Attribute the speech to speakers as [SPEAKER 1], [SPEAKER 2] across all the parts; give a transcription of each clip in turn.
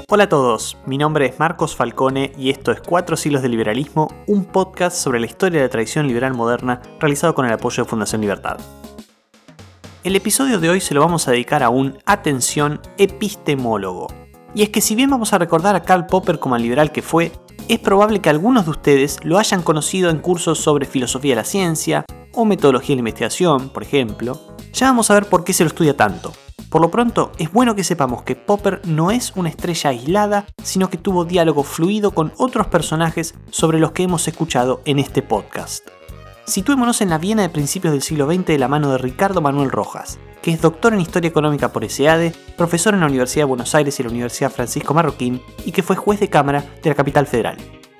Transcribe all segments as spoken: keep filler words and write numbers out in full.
[SPEAKER 1] Hola a todos, mi nombre es Marcos Falcone y esto es Cuatro Siglos de Liberalismo, un podcast sobre la historia de la tradición liberal moderna realizado con el apoyo de Fundación Libertad. El episodio de hoy se lo vamos a dedicar a un, atención, epistemólogo. Y es que si bien vamos a recordar a Karl Popper como el liberal que fue, es probable que algunos de ustedes lo hayan conocido en cursos sobre filosofía de la ciencia o metodología de la investigación, por ejemplo. Ya vamos a ver por qué se lo estudia tanto. Por lo pronto, es bueno que sepamos que Popper no es una estrella aislada, sino que tuvo diálogo fluido con otros personajes sobre los que hemos escuchado en este podcast. Situémonos en la Viena de principios del siglo veinte de la mano de Ricardo Manuel Rojas, que es doctor en Historia Económica por S E A D E, profesor en la Universidad de Buenos Aires y la Universidad Francisco Marroquín, y que fue juez de cámara de la capital federal.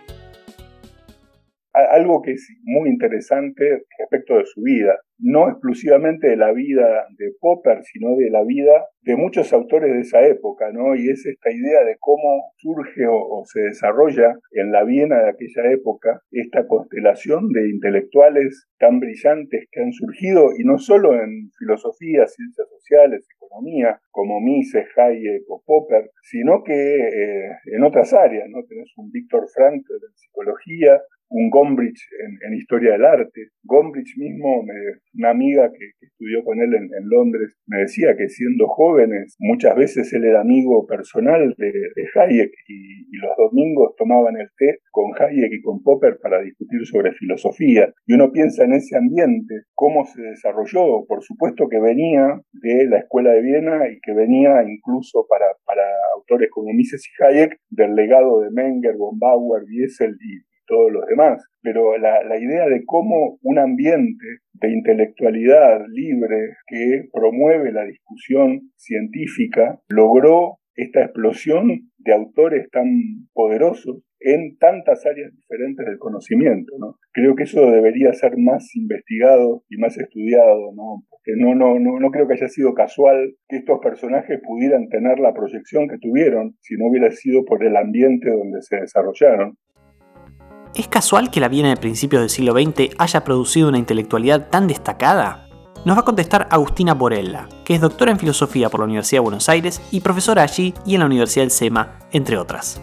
[SPEAKER 2] Algo que es muy interesante respecto de su vida, no exclusivamente de la vida de Popper, sino de la vida de muchos autores de esa época, ¿no? Y es esta idea de cómo surge o, o se desarrolla en la Viena de aquella época esta constelación de intelectuales tan brillantes que han surgido, y no solo en filosofía, ciencias sociales, economía, como Mises, Hayek o Popper, sino que eh, en otras áreas, ¿no? Tenés un Viktor Frankl en psicología, un Gombrich en, en historia del arte. Gombrich mismo, me, una amiga que, que estudió con él en, en Londres, me decía que siendo jóvenes, muchas veces él era amigo personal de, de Hayek y, y los domingos tomaban el té con Hayek y con Popper para discutir sobre filosofía. Y uno piensa en ese ambiente, cómo se desarrolló. Por supuesto que venía de la Escuela de Viena y que venía incluso para, para autores como Mises y Hayek del legado de Menger, von Bauer, Wiesel y todos los demás, pero la, la idea de cómo un ambiente de intelectualidad libre que promueve la discusión científica logró esta explosión de autores tan poderosos en tantas áreas diferentes del conocimiento, ¿no? Creo que eso debería ser más investigado y más estudiado, ¿no? Porque no, no, no, no creo que haya sido casual que estos personajes pudieran tener la proyección que tuvieron si no hubiera sido por el ambiente donde se desarrollaron.
[SPEAKER 1] ¿Es casual que la Viena de principios del siglo veinte haya producido una intelectualidad tan destacada? Nos va a contestar Agustina Borella, que es doctora en filosofía por la Universidad de Buenos Aires y profesora allí y en la Universidad del SEMA, entre otras.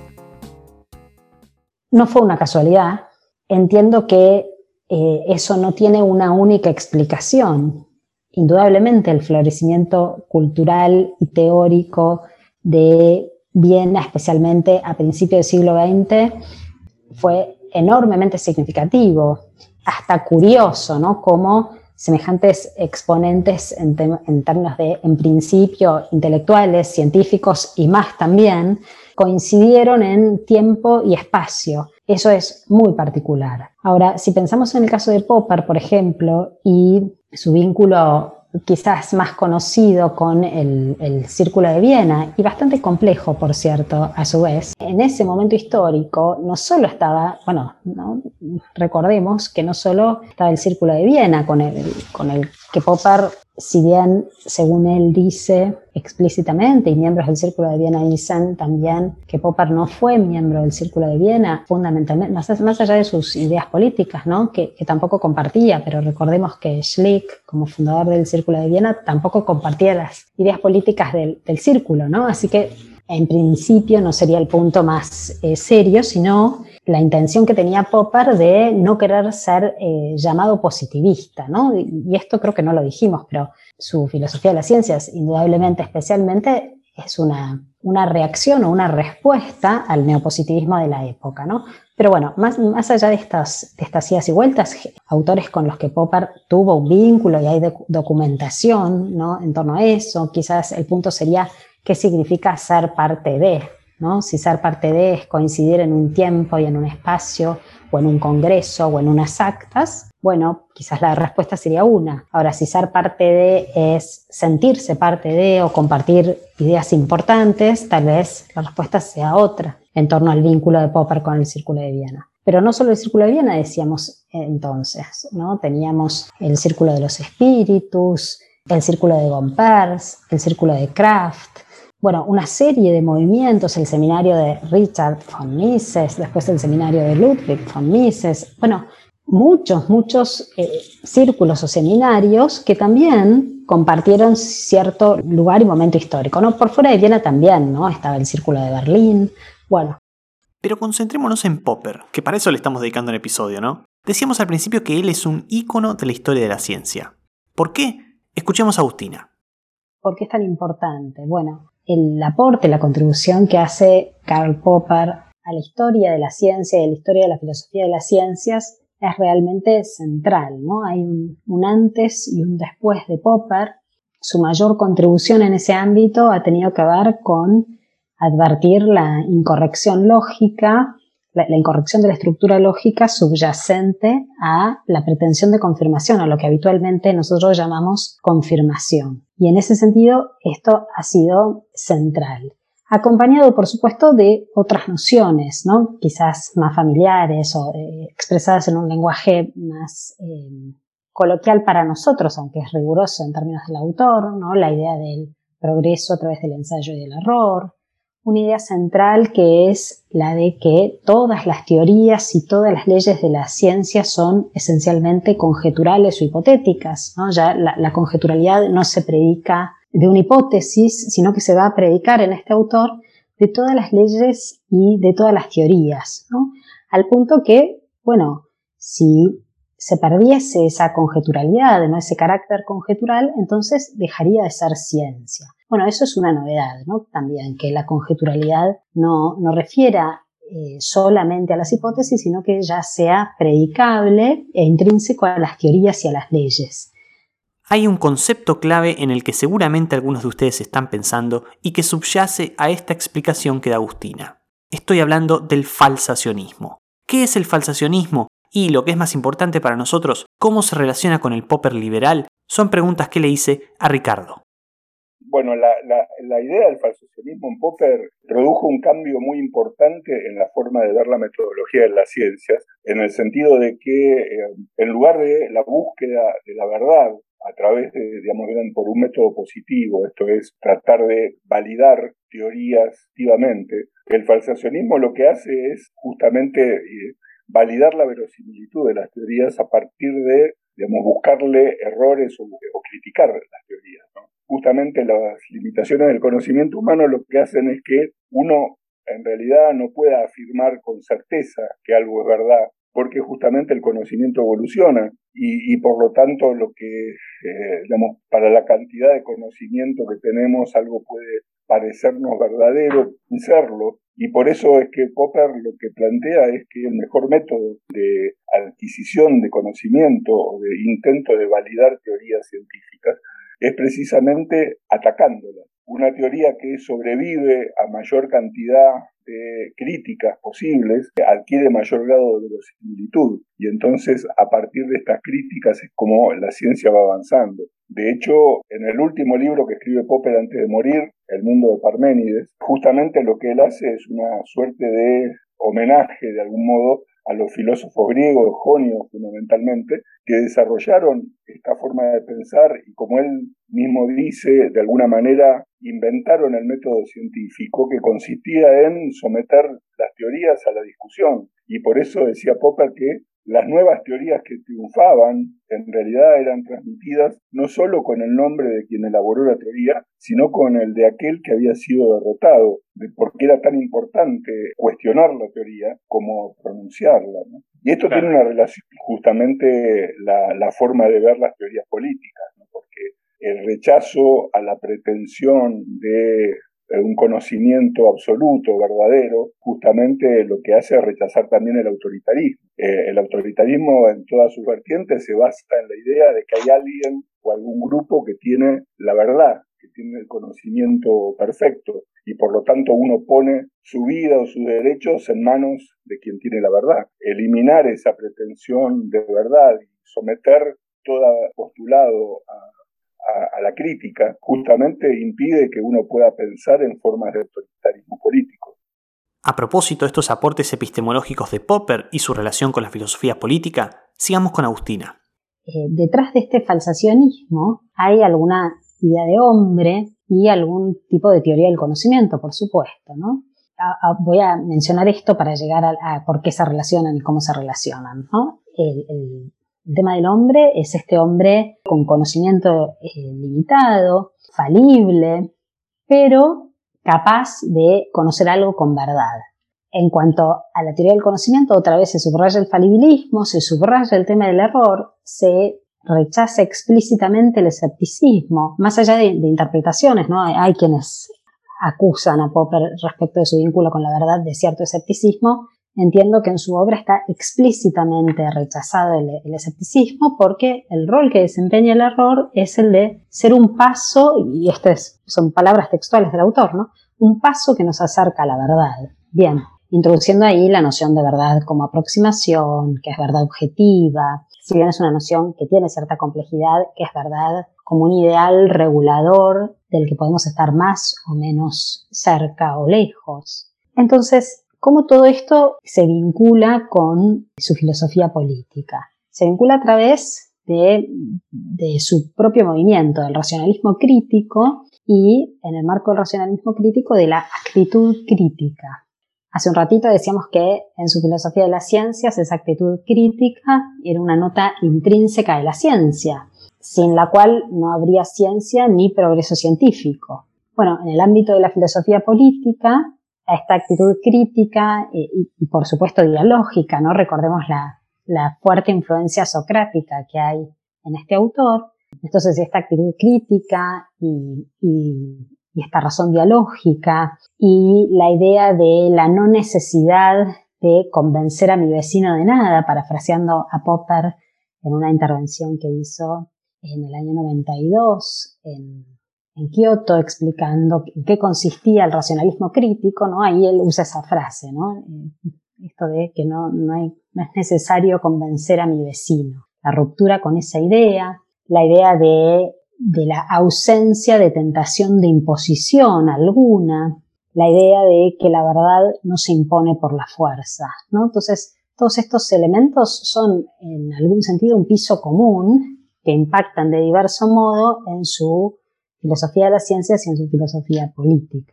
[SPEAKER 3] No fue una casualidad. Entiendo que eh, eso no tiene una única explicación. Indudablemente el florecimiento cultural y teórico de Viena, especialmente a principios del siglo veinte, fue enormemente significativo, hasta curioso, ¿no? Cómo semejantes exponentes en, te- en términos de, en principio, intelectuales, científicos y más también, coincidieron en tiempo y espacio. Eso es muy particular. Ahora, si pensamos en el caso de Popper, por ejemplo, y su vínculo quizás más conocido con el, el Círculo de Viena, y bastante complejo, por cierto, a su vez. En ese momento histórico no solo estaba, bueno, ¿no? recordemos que no solo estaba el Círculo de Viena, con el, con el que Popper, si bien, según él dice explícitamente, y miembros del Círculo de Viena dicen también que Popper no fue miembro del Círculo de Viena, fundamentalmente, más, más allá de sus ideas políticas, ¿no? que, que tampoco compartía, pero recordemos que Schlick, como fundador del Círculo de Viena, tampoco compartía las ideas políticas del, del Círculo, ¿no? Así que, en principio, no sería el punto más eh, serio, sino la intención que tenía Popper de no querer ser eh, llamado positivista, ¿no? Y, y esto creo que no lo dijimos, pero su filosofía de las ciencias, indudablemente, especialmente, es una, una reacción o una respuesta al neopositivismo de la época, ¿no? Pero bueno, más, más allá de estas, de estas idas y vueltas, autores con los que Popper tuvo un vínculo y hay de, documentación, ¿no? en torno a eso, quizás el punto sería qué significa ser parte de, ¿no? Si ser parte de es coincidir en un tiempo y en un espacio, o en un congreso, o en unas actas, bueno, quizás la respuesta sería una. Ahora, si ser parte de es sentirse parte de o compartir ideas importantes, tal vez la respuesta sea otra en torno al vínculo de Popper con el Círculo de Viena. Pero no solo el Círculo de Viena, decíamos entonces, ¿no? Teníamos el Círculo de los Espíritus, el Círculo de Gompers, el Círculo de Kraft, bueno, una serie de movimientos, el seminario de Richard von Mises, después el seminario de Ludwig von Mises, bueno, muchos, muchos eh, círculos o seminarios que también compartieron cierto lugar y momento histórico, ¿no? Por fuera de Viena también, ¿no? Estaba el Círculo de Berlín, bueno.
[SPEAKER 1] Pero concentrémonos en Popper, que para eso le estamos dedicando un episodio, ¿no? Decíamos al principio que él es un ícono de la historia de la ciencia. ¿Por qué? Escuchemos a Agustina.
[SPEAKER 3] ¿Por qué es tan importante? Bueno, el aporte, la contribución que hace Karl Popper a la historia de la ciencia y a la historia de la filosofía de las ciencias es realmente central, ¿no? Hay un, un antes y un después de Popper. Su mayor contribución en ese ámbito ha tenido que ver con advertir la incorrección lógica, la, la incorrección de la estructura lógica subyacente a la pretensión de confirmación, a lo que habitualmente nosotros llamamos confirmación. Y en ese sentido, esto ha sido central. Acompañado, por supuesto, de otras nociones, ¿no? Quizás más familiares o eh, expresadas en un lenguaje más eh, coloquial para nosotros, aunque es riguroso en términos del autor, ¿no? La idea del progreso a través del ensayo y del error. Una idea central que es la de que todas las teorías y todas las leyes de la ciencia son esencialmente conjeturales o hipotéticas, ¿no? Ya la, la conjeturalidad no se predica de una hipótesis, sino que se va a predicar en este autor de todas las leyes y de todas las teorías, ¿no? Al punto que, bueno, si se perdiese esa conjeturalidad, ¿no? Ese carácter conjetural, entonces dejaría de ser ciencia. Bueno, eso es una novedad, ¿no? También que la conjeturalidad no, no refiera eh, solamente a las hipótesis, sino que ya sea predicable e intrínseco a las teorías y a las leyes.
[SPEAKER 1] Hay un concepto clave en el que seguramente algunos de ustedes están pensando y que subyace a esta explicación que da Agustina. Estoy hablando del falsacionismo. ¿Qué es el falsacionismo? Y, lo que es más importante para nosotros, ¿cómo se relaciona con el Popper liberal? Son preguntas que le hice a Ricardo.
[SPEAKER 2] Bueno, la, la, la idea del falsacionismo en Popper produjo un cambio muy importante en la forma de ver la metodología de las ciencias, en el sentido de que eh, en lugar de la búsqueda de la verdad a través de, digamos, por un método positivo, esto es, tratar de validar teorías activamente, el falsacionismo lo que hace es justamente eh, validar la verosimilitud de las teorías a partir de, digamos, buscarle errores o, o criticar las teorías, ¿no? Justamente las limitaciones del conocimiento humano lo que hacen es que uno en realidad no pueda afirmar con certeza que algo es verdad, porque justamente el conocimiento evoluciona y, y por lo tanto lo que, eh, digamos, para la cantidad de conocimiento que tenemos, algo puede parecernos verdadero y serlo. Y por eso es que Popper lo que plantea es que el mejor método de adquisición de conocimiento o de intento de validar teorías científicas es precisamente atacándola. Una teoría que sobrevive a mayor cantidad de críticas posibles adquiere mayor grado de verosimilitud y entonces a partir de estas críticas es como la ciencia va avanzando. De hecho, en el último libro que escribe Popper antes de morir, El mundo de Parménides, justamente lo que él hace es una suerte de homenaje de algún modo a los filósofos griegos, jonios fundamentalmente, que desarrollaron esta forma de pensar y, como él mismo dice, de alguna manera inventaron el método científico que consistía en someter las teorías a la discusión. Y por eso decía Popper que las nuevas teorías que triunfaban en realidad eran transmitidas no solo con el nombre de quien elaboró la teoría, sino con el de aquel que había sido derrotado, de por qué era tan importante cuestionar la teoría como pronunciarla, ¿no? Y esto claro. Tiene una relación justamente la, la forma de ver las teorías políticas, ¿no? Porque el rechazo a la pretensión de un conocimiento absoluto, verdadero, justamente lo que hace es rechazar también el autoritarismo. Eh, el autoritarismo en todas sus vertientes se basa en la idea de que hay alguien o algún grupo que tiene la verdad, que tiene el conocimiento perfecto, y por lo tanto uno pone su vida o sus derechos en manos de quien tiene la verdad. Eliminar esa pretensión de verdad y someter todo postulado a A, a la crítica, justamente impide que uno pueda pensar en formas de autoritarismo político.
[SPEAKER 1] A propósito de estos aportes epistemológicos de Popper y su relación con la filosofía política, sigamos con Agustina.
[SPEAKER 3] Eh, detrás de este falsacionismo hay alguna idea de hombre y algún tipo de teoría del conocimiento, por supuesto, ¿no? A, a, voy a mencionar esto para llegar a, a por qué se relacionan y cómo se relacionan, ¿no? el, el, el tema del hombre es este hombre con conocimiento eh, limitado, falible, pero capaz de conocer algo con verdad. En cuanto a la teoría del conocimiento, otra vez se subraya el falibilismo, se subraya el tema del error, se rechaza explícitamente el escepticismo, más allá de, de interpretaciones, ¿no? Hay, hay quienes acusan a Popper respecto de su vínculo con la verdad de cierto escepticismo. Entiendo que en su obra está explícitamente rechazado el, el escepticismo porque el rol que desempeña el error es el de ser un paso, y estas son palabras textuales del autor, ¿no? Un paso que nos acerca a la verdad. Bien, introduciendo ahí la noción de verdad como aproximación, que es verdad objetiva, si bien es una noción que tiene cierta complejidad, que es verdad como un ideal regulador del que podemos estar más o menos cerca o lejos. Entonces, ¿cómo todo esto se vincula con su filosofía política? Se vincula a través de, de su propio movimiento, del racionalismo crítico y, en el marco del racionalismo crítico, de la actitud crítica. Hace un ratito decíamos que en su filosofía de las ciencias esa actitud crítica era una nota intrínseca de la ciencia, sin la cual no habría ciencia ni progreso científico. Bueno, en el ámbito de la filosofía política, a esta actitud crítica eh, y, y por supuesto dialógica, ¿no? Recordemos la, la fuerte influencia socrática que hay en este autor. Entonces, esta actitud crítica y, y, y esta razón dialógica y la idea de la no necesidad de convencer a mi vecino de nada, parafraseando a Popper en una intervención que hizo en el año noventa y dos en, en Kioto, explicando en qué consistía el racionalismo crítico, ¿no? Ahí él usa esa frase, ¿no? Esto de que no, no, hay, no es necesario convencer a mi vecino. La ruptura con esa idea, la idea de, de la ausencia de tentación de imposición alguna, la idea de que la verdad no se impone por la fuerza, ¿no? Entonces, todos estos elementos son en algún sentido un piso común que impactan de diverso modo en su filosofía de las ciencias y en su filosofía política.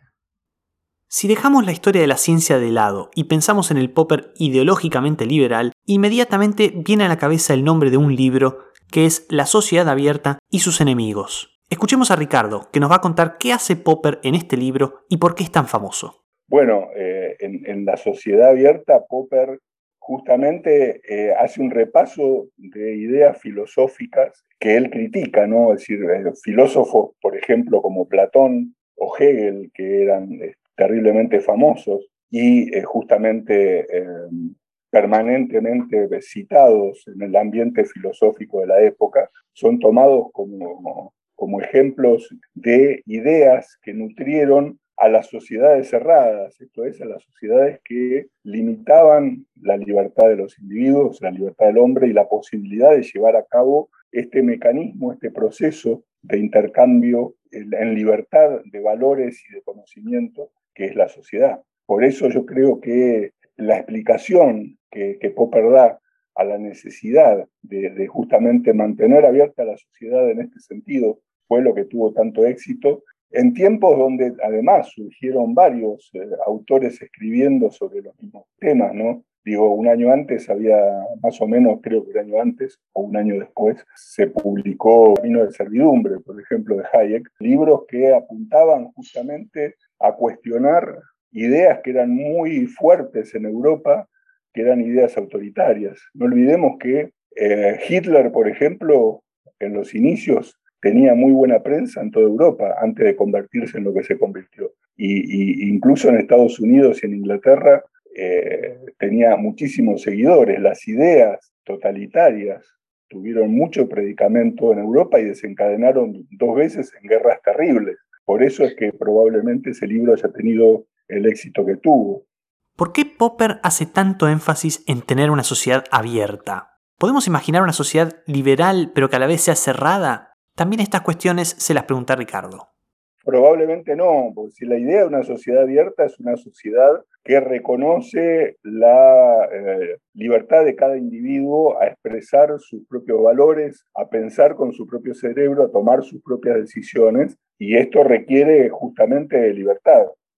[SPEAKER 1] Si dejamos la historia de la ciencia de lado y pensamos en el Popper ideológicamente liberal, inmediatamente viene a la cabeza el nombre de un libro que es La sociedad abierta y sus enemigos. Escuchemos a Ricardo, que nos va a contar qué hace Popper en este libro y por qué es tan famoso.
[SPEAKER 2] Bueno, eh, en, en La sociedad abierta, Popper justamente eh, hace un repaso de ideas filosóficas que él critica, ¿no? Es decir, eh, filósofos, por ejemplo, como Platón o Hegel, que eran eh, terriblemente famosos y eh, justamente eh, permanentemente citados en el ambiente filosófico de la época, son tomados como, como ejemplos de ideas que nutrieron a las sociedades cerradas, esto es, a las sociedades que limitaban la libertad de los individuos, la libertad del hombre y la posibilidad de llevar a cabo este mecanismo, este proceso de intercambio en libertad de valores y de conocimiento que es la sociedad. Por eso yo creo que la explicación que, que Popper da a la necesidad de, de justamente mantener abierta la sociedad en este sentido fue lo que tuvo tanto éxito en tiempos donde además surgieron varios eh, autores escribiendo sobre los mismos temas, ¿no? Digo, un año antes había, más o menos, creo que un año antes o un año después, se publicó Camino de Servidumbre, por ejemplo, de Hayek, libros que apuntaban justamente a cuestionar ideas que eran muy fuertes en Europa, que eran ideas autoritarias. No olvidemos que eh, Hitler, por ejemplo, en los inicios, tenía muy buena prensa en toda Europa antes de convertirse en lo que se convirtió. Y, y incluso en Estados Unidos y en Inglaterra eh, tenía muchísimos seguidores. Las ideas totalitarias tuvieron mucho predicamento en Europa y desencadenaron dos veces en guerras terribles. Por eso es que probablemente ese libro haya tenido el éxito que tuvo.
[SPEAKER 1] ¿Por qué Popper hace tanto énfasis en tener una sociedad abierta? ¿Podemos imaginar una sociedad liberal pero que a la vez sea cerrada? También estas cuestiones se las pregunté a Ricardo.
[SPEAKER 2] Probablemente no, porque si la idea de una sociedad abierta es una sociedad que reconoce la eh, libertad de cada individuo a expresar sus propios valores, a pensar con su propio cerebro, a tomar sus propias decisiones, y esto requiere justamente de libertad.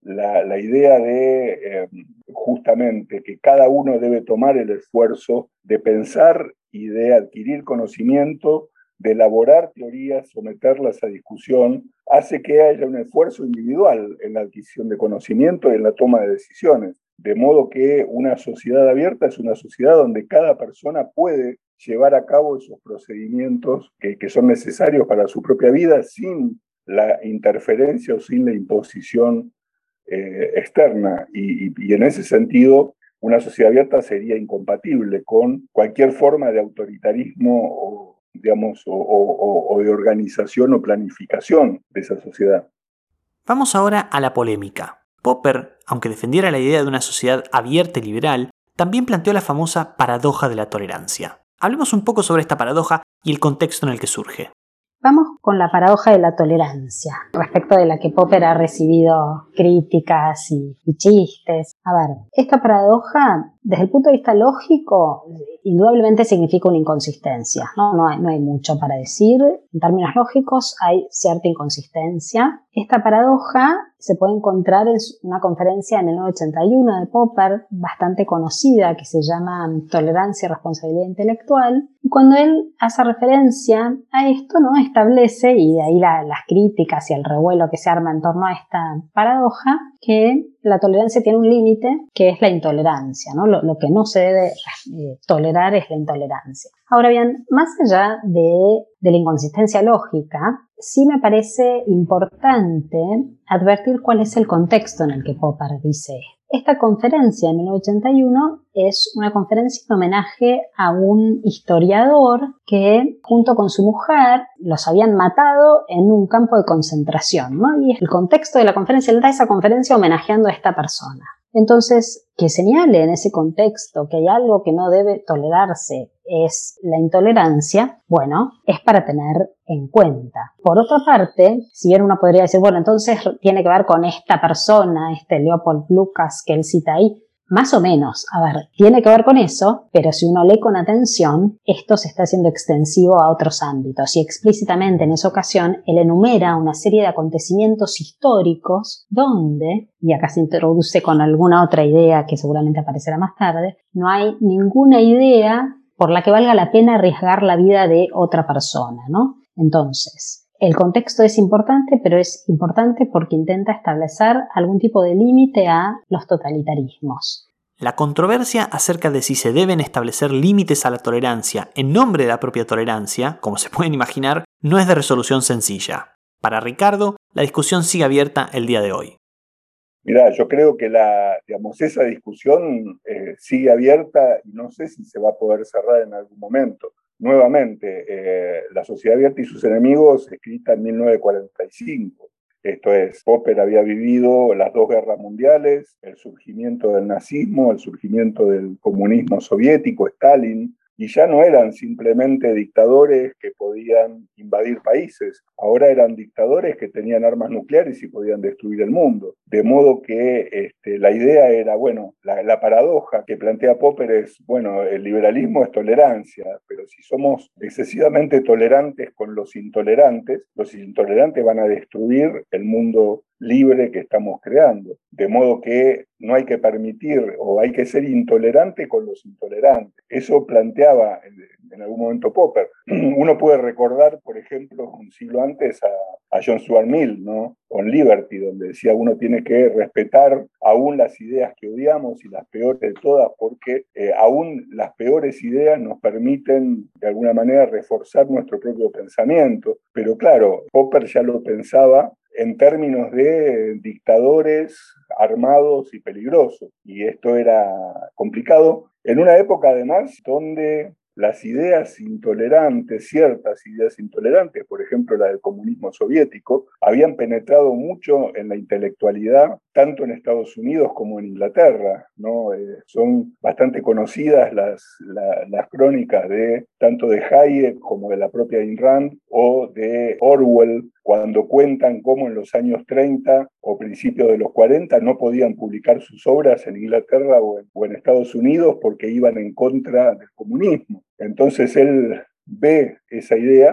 [SPEAKER 2] la, la idea de eh, justamente que cada uno debe tomar el esfuerzo de pensar y de adquirir conocimiento, de elaborar teorías, someterlas a discusión, hace que haya un esfuerzo individual en la adquisición de conocimiento y en la toma de decisiones. De modo que una sociedad abierta es una sociedad donde cada persona puede llevar a cabo esos procedimientos que, que son necesarios para su propia vida sin la interferencia o sin la imposición eh, externa. Y, y, y en ese sentido, una sociedad abierta sería incompatible con cualquier forma de autoritarismo o, digamos, o, o, o de organización o planificación de esa sociedad.
[SPEAKER 1] Vamos ahora a la polémica. Popper, aunque defendiera la idea de una sociedad abierta y liberal, también planteó la famosa paradoja de la tolerancia. Hablemos un poco sobre esta paradoja y el contexto en el que surge.
[SPEAKER 3] Vamos con la paradoja de la tolerancia, respecto de la que Popper ha recibido críticas y, y chistes. A ver, esta paradoja, desde el punto de vista lógico, indudablemente significa una inconsistencia, ¿no? No hay, no hay mucho para decir. En términos lógicos hay cierta inconsistencia. Esta paradoja se puede encontrar en una conferencia en mil novecientos ochenta y uno de Popper, bastante conocida, que se llama Tolerancia y Responsabilidad Intelectual. Y cuando él hace referencia a esto, ¿no?, establece, y de ahí la, las críticas y el revuelo que se arma en torno a esta paradoja, que la tolerancia tiene un límite, que es la intolerancia, ¿no? Lo, lo que no se debe eh, tolerar es la intolerancia. Ahora bien, más allá de, de la inconsistencia lógica, sí me parece importante advertir cuál es el contexto en el que Popper dice esto. Esta conferencia de mil novecientos ochenta y uno es una conferencia en homenaje a un historiador que, junto con su mujer, los habían matado en un campo de concentración, ¿no? Y el contexto de la conferencia, él da esa conferencia homenajeando a esta persona. Entonces, que señale en ese contexto que hay algo que no debe tolerarse es la intolerancia, bueno, es para tener en cuenta. Por otra parte, si bien uno podría decir, bueno, entonces tiene que ver con esta persona, este Leopold Lucas que él cita ahí, más o menos, a ver, tiene que ver con eso, pero si uno lee con atención, esto se está haciendo extensivo a otros ámbitos y explícitamente en esa ocasión él enumera una serie de acontecimientos históricos donde, y acá se introduce con alguna otra idea que seguramente aparecerá más tarde, no hay ninguna idea por la que valga la pena arriesgar la vida de otra persona, ¿no? Entonces, el contexto es importante, pero es importante porque intenta establecer algún tipo de límite a los totalitarismos.
[SPEAKER 1] La controversia acerca de si se deben establecer límites a la tolerancia en nombre de la propia tolerancia, como se pueden imaginar, no es de resolución sencilla. Para Ricardo, la discusión sigue abierta el día de hoy.
[SPEAKER 2] Mirá, yo creo que la, digamos, esa discusión eh, sigue abierta y no sé si se va a poder cerrar en algún momento. Nuevamente, eh, La Sociedad Abierta y sus enemigos, escrita en mil novecientos cuarenta y cinco. Esto es, Popper había vivido las dos guerras mundiales, el surgimiento del nazismo, el surgimiento del comunismo soviético, Stalin, y ya no eran simplemente dictadores que podían invadir países, ahora eran dictadores que tenían armas nucleares y podían destruir el mundo. De modo que este, la idea era, bueno, la, la paradoja que plantea Popper es, bueno, el liberalismo es tolerancia, pero si somos excesivamente tolerantes con los intolerantes, los intolerantes van a destruir el mundo libre que estamos creando. De modo que no hay que permitir o hay que ser intolerante con los intolerantes. Eso planteaba en, en algún momento Popper. Uno puede recordar, por ejemplo, un siglo antes a, a John Stuart Mill, ¿no? Con Liberty, donde decía uno tiene que respetar aún las ideas que odiamos y las peores de todas, porque eh, aún las peores ideas nos permiten de alguna manera reforzar nuestro propio pensamiento. Pero claro, Popper ya lo pensaba en términos de dictadores armados y peligrosos. Y esto era complicado en una época además donde las ideas intolerantes, ciertas ideas intolerantes, por ejemplo la del comunismo soviético, habían penetrado mucho en la intelectualidad, tanto en Estados Unidos como en Inglaterra, ¿no? Eh, son bastante conocidas las, la, las crónicas de tanto de Hayek como de la propia Ayn Rand o de Orwell, cuando cuentan cómo en los años treinta o principios de los cuarenta no podían publicar sus obras en Inglaterra o en, o en Estados Unidos porque iban en contra del comunismo. Entonces él ve esa idea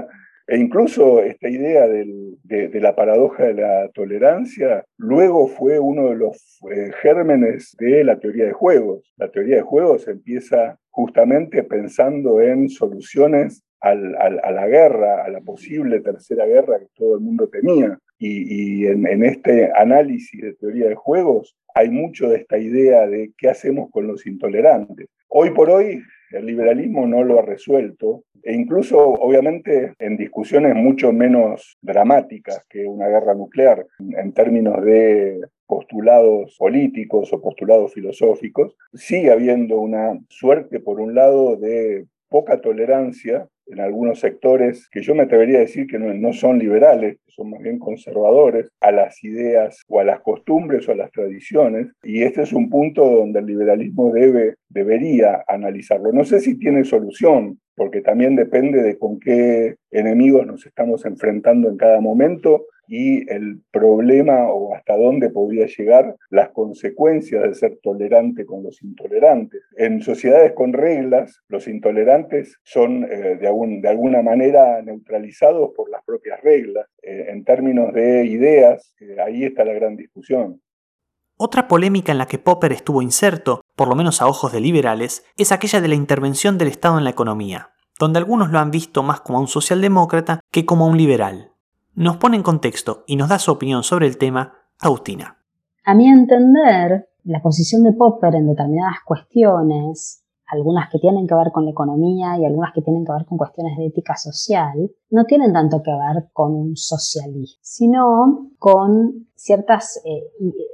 [SPEAKER 2] E incluso esta idea del, de, de la paradoja de la tolerancia luego fue uno de los eh, gérmenes de la teoría de juegos. La teoría de juegos empieza justamente pensando en soluciones al, al, a la guerra, a la posible tercera guerra que todo el mundo temía. Y, y en, en este análisis de teoría de juegos hay mucho de esta idea de qué hacemos con los intolerantes. Hoy por hoy el liberalismo no lo ha resuelto, e incluso obviamente en discusiones mucho menos dramáticas que una guerra nuclear, en términos de postulados políticos o postulados filosóficos, sigue habiendo una suerte, por un lado, de poca tolerancia en algunos sectores que yo me atrevería a decir que no, no son liberales, que son más bien conservadores, a las ideas o a las costumbres o a las tradiciones, y este es un punto donde el liberalismo debe, debería analizarlo. No sé si tiene solución, porque también depende de con qué enemigos nos estamos enfrentando en cada momento y el problema o hasta dónde podría llegar las consecuencias de ser tolerante con los intolerantes. En sociedades con reglas, los intolerantes son eh, de, algún, de alguna manera neutralizados por las propias reglas. Eh, en términos de ideas, eh, ahí está la gran discusión.
[SPEAKER 1] Otra polémica en la que Popper estuvo inserto, por lo menos a ojos de liberales, es aquella de la intervención del Estado en la economía, donde algunos lo han visto más como a un socialdemócrata que como a un liberal. Nos pone en contexto y nos da su opinión sobre el tema Agustina.
[SPEAKER 3] A mi entender, la posición de Popper en determinadas cuestiones, algunas que tienen que ver con la economía y algunas que tienen que ver con cuestiones de ética social, no tienen tanto que ver con un socialismo, sino con ciertas, eh,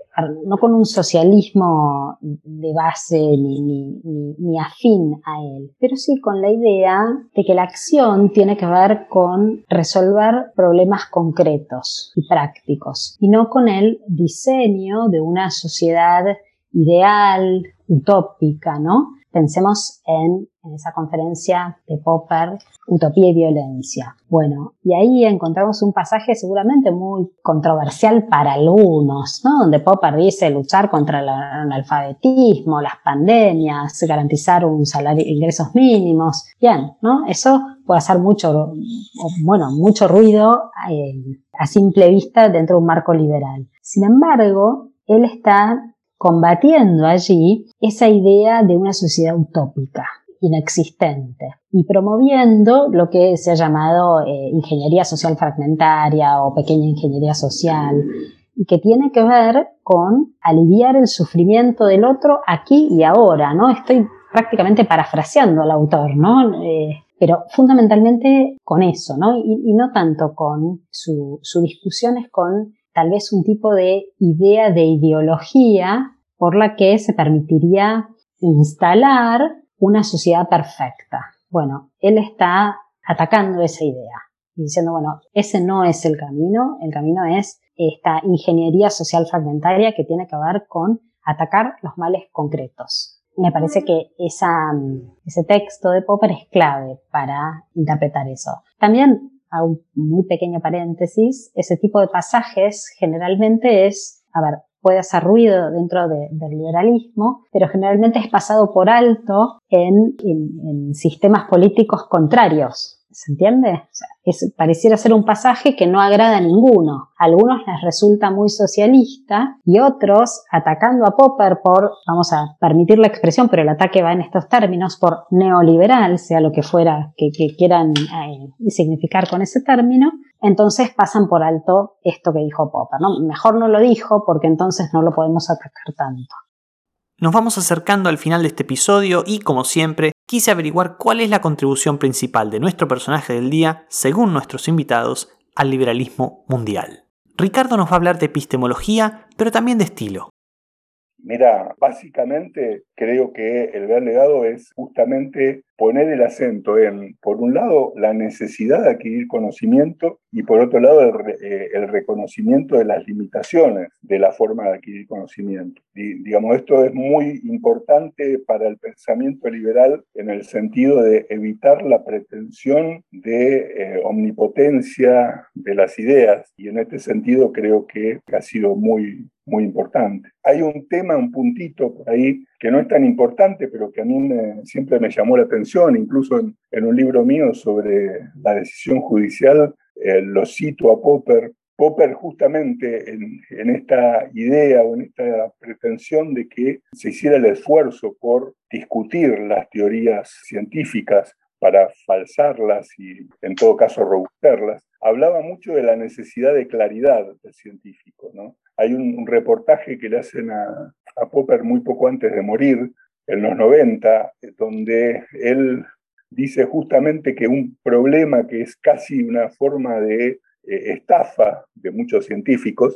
[SPEAKER 3] no con un socialismo de base ni, ni, ni, ni afín a él, pero sí con la idea de que la acción tiene que ver con resolver problemas concretos y prácticos, y no con el diseño de una sociedad ideal, utópica, ¿no? Pensemos en, en esa conferencia de Popper, Utopía y Violencia. Bueno, y ahí encontramos un pasaje seguramente muy controversial para algunos, ¿no? Donde Popper dice luchar contra el analfabetismo, las pandemias, garantizar un salario, ingresos mínimos. Bien, ¿no? Eso puede hacer mucho, bueno, mucho ruido eh, a simple vista dentro de un marco liberal. Sin embargo, él está combatiendo allí esa idea de una sociedad utópica, inexistente, y promoviendo lo que se ha llamado eh, ingeniería social fragmentaria o pequeña ingeniería social, y que tiene que ver con aliviar el sufrimiento del otro aquí y ahora, ¿no? Estoy prácticamente parafraseando al autor, ¿no? Eh, pero fundamentalmente con eso, ¿no? Y, y no tanto con su, su discusión es con tal vez un tipo de idea de ideología por la que se permitiría instalar una sociedad perfecta. Bueno, él está atacando esa idea y diciendo, bueno, ese no es el camino, el camino es esta ingeniería social fragmentaria que tiene que ver con atacar los males concretos. Me parece que esa, ese texto de Popper es clave para interpretar eso. También, a un muy pequeño paréntesis, ese tipo de pasajes generalmente es, a ver, puede hacer ruido dentro de, del liberalismo, pero generalmente es pasado por alto en, en, en sistemas políticos contrarios. ¿Se entiende? O sea, es, pareciera ser un pasaje que no agrada a ninguno. A algunos les resulta muy socialista y otros, atacando a Popper por, vamos a permitir la expresión, pero el ataque va en estos términos, por neoliberal, sea lo que fuera que, que quieran eh, significar con ese término, entonces pasan por alto esto que dijo Popper, ¿no? Mejor no lo dijo porque entonces no lo podemos atacar tanto.
[SPEAKER 1] Nos vamos acercando al final de este episodio y, como siempre, quise averiguar cuál es la contribución principal de nuestro personaje del día, según nuestros invitados, al liberalismo mundial. Ricardo nos va a hablar de epistemología, pero también de estilo.
[SPEAKER 2] Mira, básicamente creo que el gran legado es justamente poner el acento en, por un lado, la necesidad de adquirir conocimiento y por otro lado, el, eh, el reconocimiento de las limitaciones de la forma de adquirir conocimiento. Y, digamos, esto es muy importante para el pensamiento liberal en el sentido de evitar la pretensión de eh, omnipotencia de las ideas, y en este sentido creo que ha sido muy muy importante. Hay un tema, un puntito por ahí que no es tan importante, pero que a mí me, siempre me llamó la atención, incluso en, en un libro mío sobre la decisión judicial, eh, lo cito a Popper. Popper justamente en, en esta idea o en esta pretensión de que se hiciera el esfuerzo por discutir las teorías científicas para falsarlas y en todo caso robusterlas, hablaba mucho de la necesidad de claridad del científico, ¿no? Hay un, un reportaje que le hacen a, a Popper muy poco antes de morir, en los noventa, donde él dice justamente que un problema que es casi una forma de eh, estafa de muchos científicos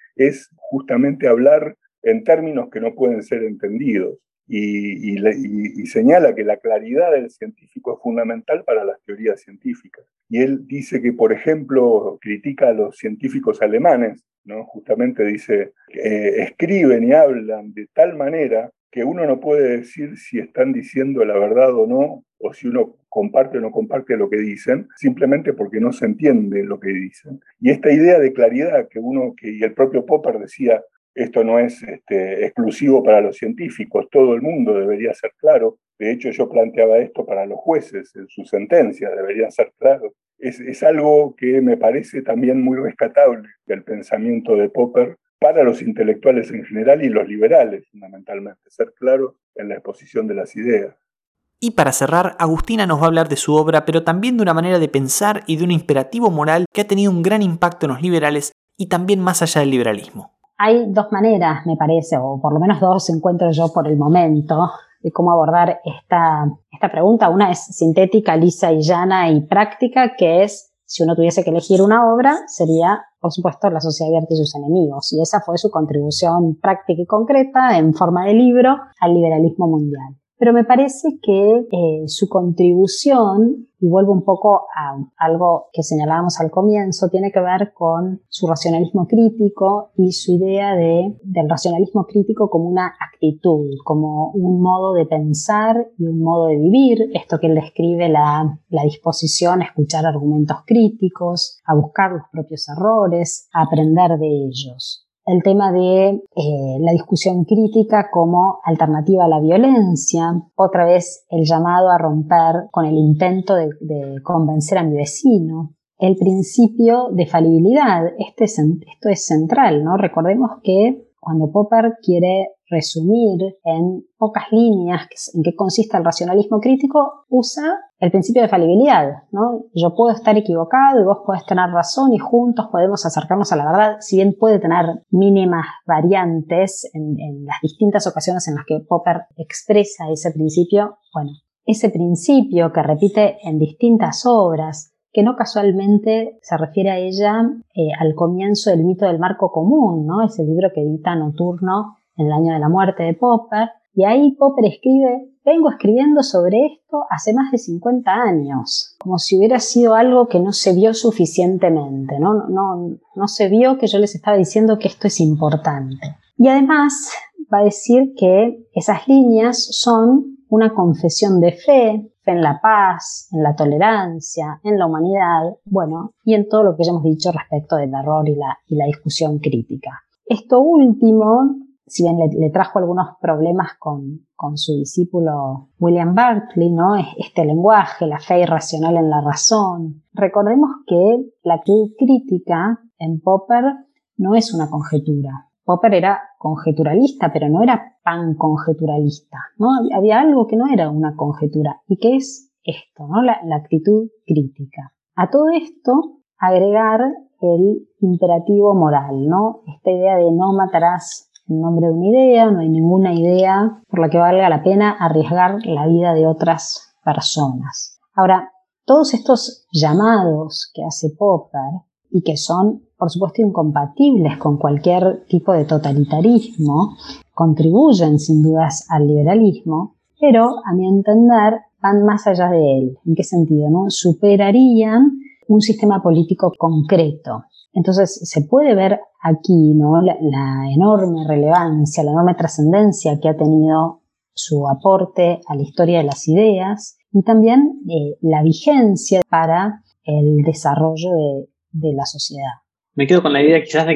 [SPEAKER 2] es justamente hablar en términos que no pueden ser entendidos. Y, y, y, y señala que la claridad del científico es fundamental para las teorías científicas. Y él dice que, por ejemplo, critica a los científicos alemanes, ¿no? Justamente dice, eh, escriben y hablan de tal manera que uno no puede decir si están diciendo la verdad o no, o si uno comparte o no comparte lo que dicen, simplemente porque no se entiende lo que dicen. Y esta idea de claridad que uno, que y el propio Popper decía, esto no es este, exclusivo para los científicos, todo el mundo debería ser claro. De hecho, yo planteaba esto para los jueces en su sentencia, deberían ser claros. Es, es algo que me parece también muy rescatable del pensamiento de Popper para los intelectuales en general y los liberales, fundamentalmente, ser claros en la exposición de las ideas.
[SPEAKER 1] Y para cerrar, Agustina nos va a hablar de su obra, pero también de una manera de pensar y de un imperativo moral que ha tenido un gran impacto en los liberales y también más allá del liberalismo.
[SPEAKER 3] Hay dos maneras, me parece, o por lo menos dos encuentro yo por el momento, de cómo abordar esta, esta pregunta. Una es sintética, lisa y llana y práctica, que es, si uno tuviese que elegir una obra, sería, por supuesto, La Sociedad Abierta y sus enemigos. Y esa fue su contribución práctica y concreta, en forma de libro, al liberalismo mundial. Pero me parece que eh, su contribución, y vuelvo un poco a algo que señalábamos al comienzo, tiene que ver con su racionalismo crítico y su idea de, del racionalismo crítico como una actitud, como un modo de pensar y un modo de vivir. Esto que él describe, la, la disposición a escuchar argumentos críticos, a buscar los propios errores, a aprender de ellos. El tema de eh, la discusión crítica como alternativa a la violencia, otra vez el llamado a romper con el intento de, de convencer a mi vecino, el principio de falibilidad, este es, esto es central, ¿no? Recordemos que cuando Popper quiere resumir en pocas líneas en qué consiste el racionalismo crítico, usa el principio de falibilidad, ¿no? Yo puedo estar equivocado y vos podés tener razón y juntos podemos acercarnos a la verdad, si bien puede tener mínimas variantes en, en las distintas ocasiones en las que Popper expresa ese principio. Bueno, ese principio que repite en distintas obras, que no casualmente se refiere a ella eh, al comienzo del mito del marco común, ¿no? Ese libro que edita Nocturno en el año de la muerte de Popper, y ahí Popper escribe, vengo escribiendo sobre esto hace más de cincuenta años, como si hubiera sido algo que no se vio suficientemente, ¿no? No, no, no se vio que yo les estaba diciendo que esto es importante. Y además va a decir que esas líneas son una confesión de fe, fe en la paz, en la tolerancia, en la humanidad, bueno, y en todo lo que ya hemos dicho respecto del error y la, y la discusión crítica. Esto último, si bien le, le trajo algunos problemas con, con su discípulo William Barclay, ¿no? Este lenguaje, la fe irracional en la razón. Recordemos que la actitud crítica en Popper no es una conjetura. Popper era conjeturalista, pero no era panconjeturalista, ¿no? Había algo que no era una conjetura, y que es esto, ¿no? La, la actitud crítica. A todo esto, agregar el imperativo moral, ¿no? Esta idea de no matarás en nombre de una idea, no hay ninguna idea por la que valga la pena arriesgar la vida de otras personas. Ahora, todos estos llamados que hace Popper, y que son, por supuesto, incompatibles con cualquier tipo de totalitarismo, contribuyen sin dudas al liberalismo, pero, a mi entender, van más allá de él. ¿En qué sentido, no? Superarían un sistema político concreto. Entonces, se puede ver aquí, ¿no? la, la enorme relevancia, la enorme trascendencia que ha tenido su aporte a la historia de las ideas y también eh, la vigencia para el desarrollo de de la sociedad.
[SPEAKER 1] Me quedo con la idea quizás de que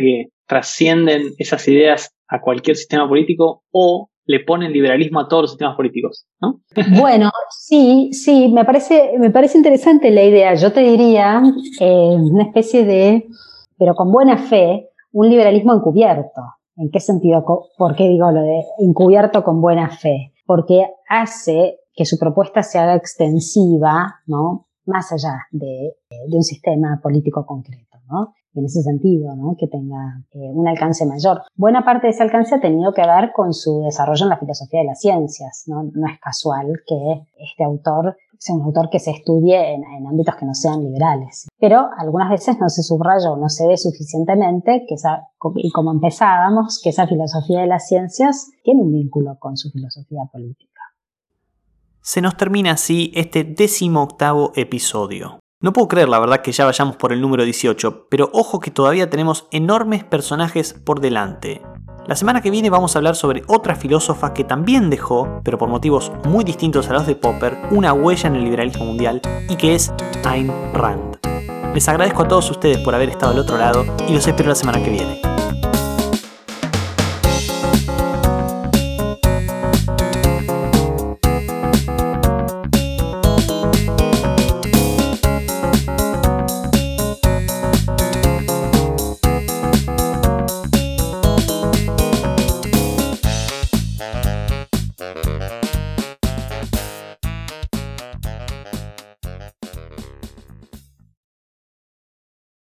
[SPEAKER 1] trascienden esas ideas a cualquier sistema político o le ponen liberalismo a todos los sistemas políticos, ¿no?
[SPEAKER 3] Bueno, sí, sí, me parece, me parece interesante la idea. Yo te diría eh, una especie de, pero con buena fe, un liberalismo encubierto. ¿En qué sentido? ¿Por qué digo lo de encubierto con buena fe? Porque hace que su propuesta se haga extensiva, ¿no? Más allá de, de un sistema político concreto, ¿no? En ese sentido, ¿no? Que tenga eh, un alcance mayor. Buena parte de ese alcance ha tenido que ver con su desarrollo en la filosofía de las ciencias, ¿no? No es casual que este autor sea un autor que se estudie en, en ámbitos que no sean liberales. Pero algunas veces no se subraya o no se ve suficientemente, que esa, y como empezábamos, que esa filosofía de las ciencias tiene un vínculo con su filosofía política.
[SPEAKER 1] Se nos termina así este décimo octavo episodio. No puedo creer, la verdad, que ya vayamos por el número dieciocho, pero ojo que todavía tenemos enormes personajes por delante. La semana que viene vamos a hablar sobre otra filósofa que también dejó, pero por motivos muy distintos a los de Popper, una huella en el liberalismo mundial, y que es Ayn Rand. Les agradezco a todos ustedes por haber estado al otro lado y los espero la semana que viene.